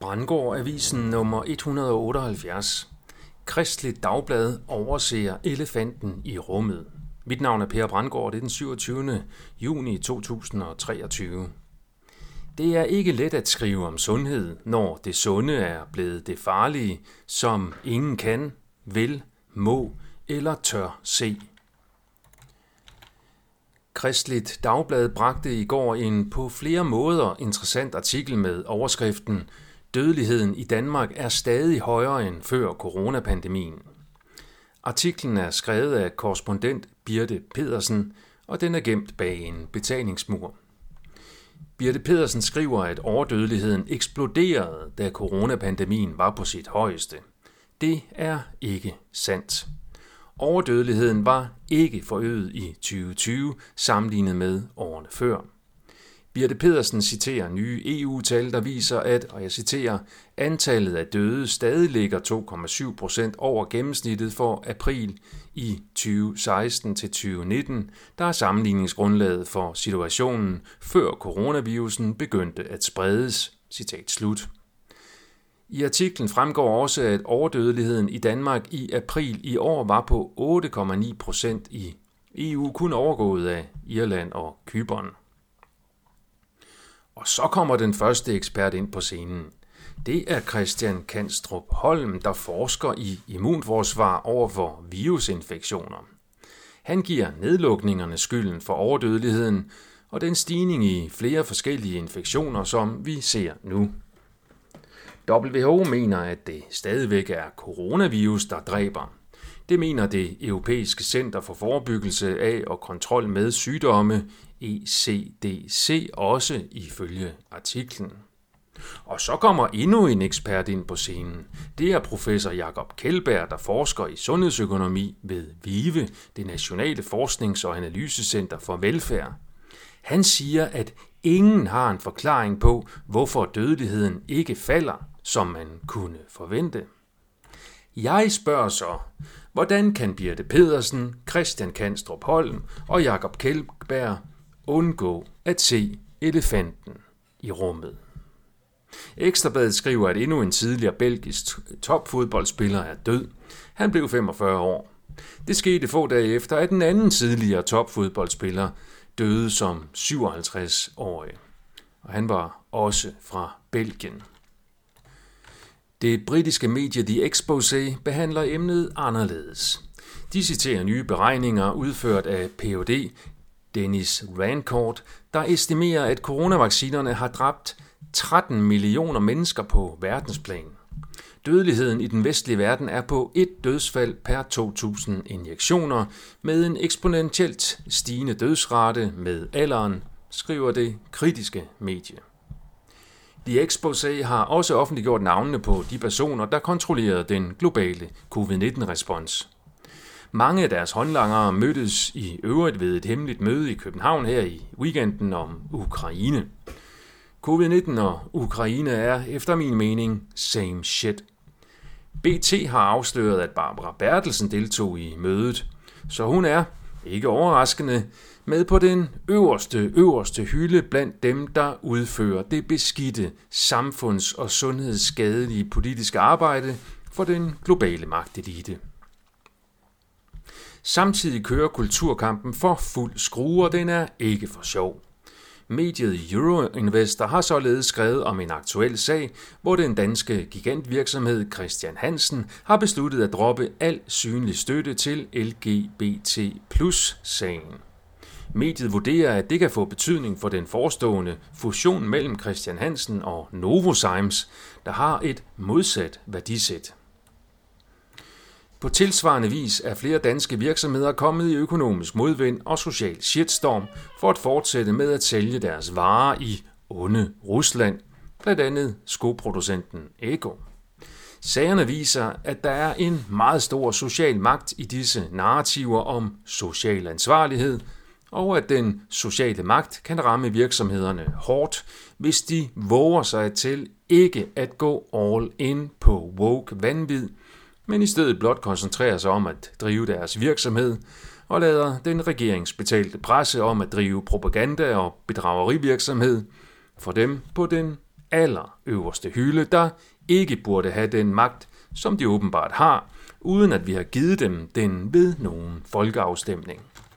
Brandgård Avisen nummer 178. Kristeligt Dagblad overser elefanten i rummet. Mit navn er Per Brandgård, det er den 27. juni 2023. Det er ikke let at skrive om sundhed, når det sunde er blevet det farlige, som ingen kan, vil, må eller tør se. Kristeligt Dagblad bragte i går en på flere måder interessant artikel med overskriften "Dødeligheden i Danmark er stadig højere end før coronapandemien". Artiklen er skrevet af korrespondent Birte Pedersen, og den er gemt bag en betalingsmur. Birte Pedersen skriver, at overdødeligheden eksploderede, da coronapandemien var på sit højeste. Det er ikke sandt. Overdødeligheden var ikke forøget i 2020 sammenlignet med årene før. Birte Pedersen citerer nye EU-tal, der viser, at, og jeg citerer, antallet af døde stadig ligger 2,7% over gennemsnittet for april i 2016 til 2019, der er sammenligningsgrundlaget for situationen før coronavirusen begyndte at spredes. Citat slut. I artiklen fremgår også, at overdødeligheden i Danmark i april i år var på 8,9% i EU, kun overgået af Irland og Cypern. Og så kommer den første ekspert ind på scenen. Det er Christian Kanstrup Holm, der forsker i immunforsvar over for virusinfektioner. Han giver nedlukningerne skylden for overdødeligheden og den stigning i flere forskellige infektioner, som vi ser nu. WHO mener, at det stadigvæk er coronavirus, der dræber. Det mener det Europæiske Center for Forebyggelse af og Kontrol med Sygdomme, ECDC, også ifølge artiklen. Og så kommer endnu en ekspert ind på scenen. Det er professor Jakob Kjeldberg, der forsker i sundhedsøkonomi ved VIVE, det Nationale Forsknings- og Analysecenter for Velfærd. Han siger, at ingen har en forklaring på, hvorfor dødeligheden ikke falder, som man kunne forvente. Jeg spørger så, hvordan kan Birte Pedersen, Christian Kanstrup Holm og Jakob Kjeldberg undgå at se elefanten i rummet? Ekstra Bladet skriver, at endnu en tidligere belgisk topfodboldspiller er død. Han blev 45 år. Det skete få dage efter, at en anden tidligere topfodboldspiller døde som 57-årig. Og han var også fra Belgien. Det britiske medie The Exposé behandler emnet anderledes. De citerer nye beregninger udført af Ph.D. Dennis Rancourt, der estimerer, at coronavaccinerne har dræbt 13 millioner mennesker på verdensplan. Dødeligheden i den vestlige verden er på 1 dødsfald per 2.000 injektioner, med en eksponentielt stigende dødsrate med alderen, skriver det kritiske medie. The Exposé har også offentliggjort navnene på de personer, der kontrollerede den globale covid-19-respons. Mange af deres håndlangere mødtes i øvrigt ved et hemmeligt møde i København her i weekenden om Ukraine. Covid-19 og Ukraine er efter min mening same shit. BT har afsløret, at Barbara Bertelsen deltog i mødet, så hun er, ikke overraskende, med på den øverste hylde blandt dem, der udfører det beskidte samfunds- og sundhedsskadelige politiske arbejde for den globale magtelite. Samtidig kører kulturkampen for fuld skrue, og den er ikke for sjov. Mediet Euroinvestor har således skrevet om en aktuel sag, hvor den danske gigantvirksomhed Christian Hansen har besluttet at droppe al synlig støtte til LGBT+-sagen. Mediet vurderer, at det kan få betydning for den forestående fusion mellem Christian Hansen og Novozymes, der har et modsat værdisæt. På tilsvarende vis er flere danske virksomheder kommet i økonomisk modvind og social shitstorm for at fortsætte med at sælge deres varer i onde Rusland, blandt andet skoproducenten Ego. Sagerne viser, at der er en meget stor social magt i disse narrativer om social ansvarlighed, og at den sociale magt kan ramme virksomhederne hårdt, hvis de våger sig til ikke at gå all in på woke vanvid, men i stedet blot koncentrerer sig om at drive deres virksomhed og lader den regeringsbetalte presse om at drive propaganda og bedragerivirksomhed for dem på den allerøverste hylde, der ikke burde have den magt, som de åbenbart har, uden at vi har givet dem den ved nogen folkeafstemning.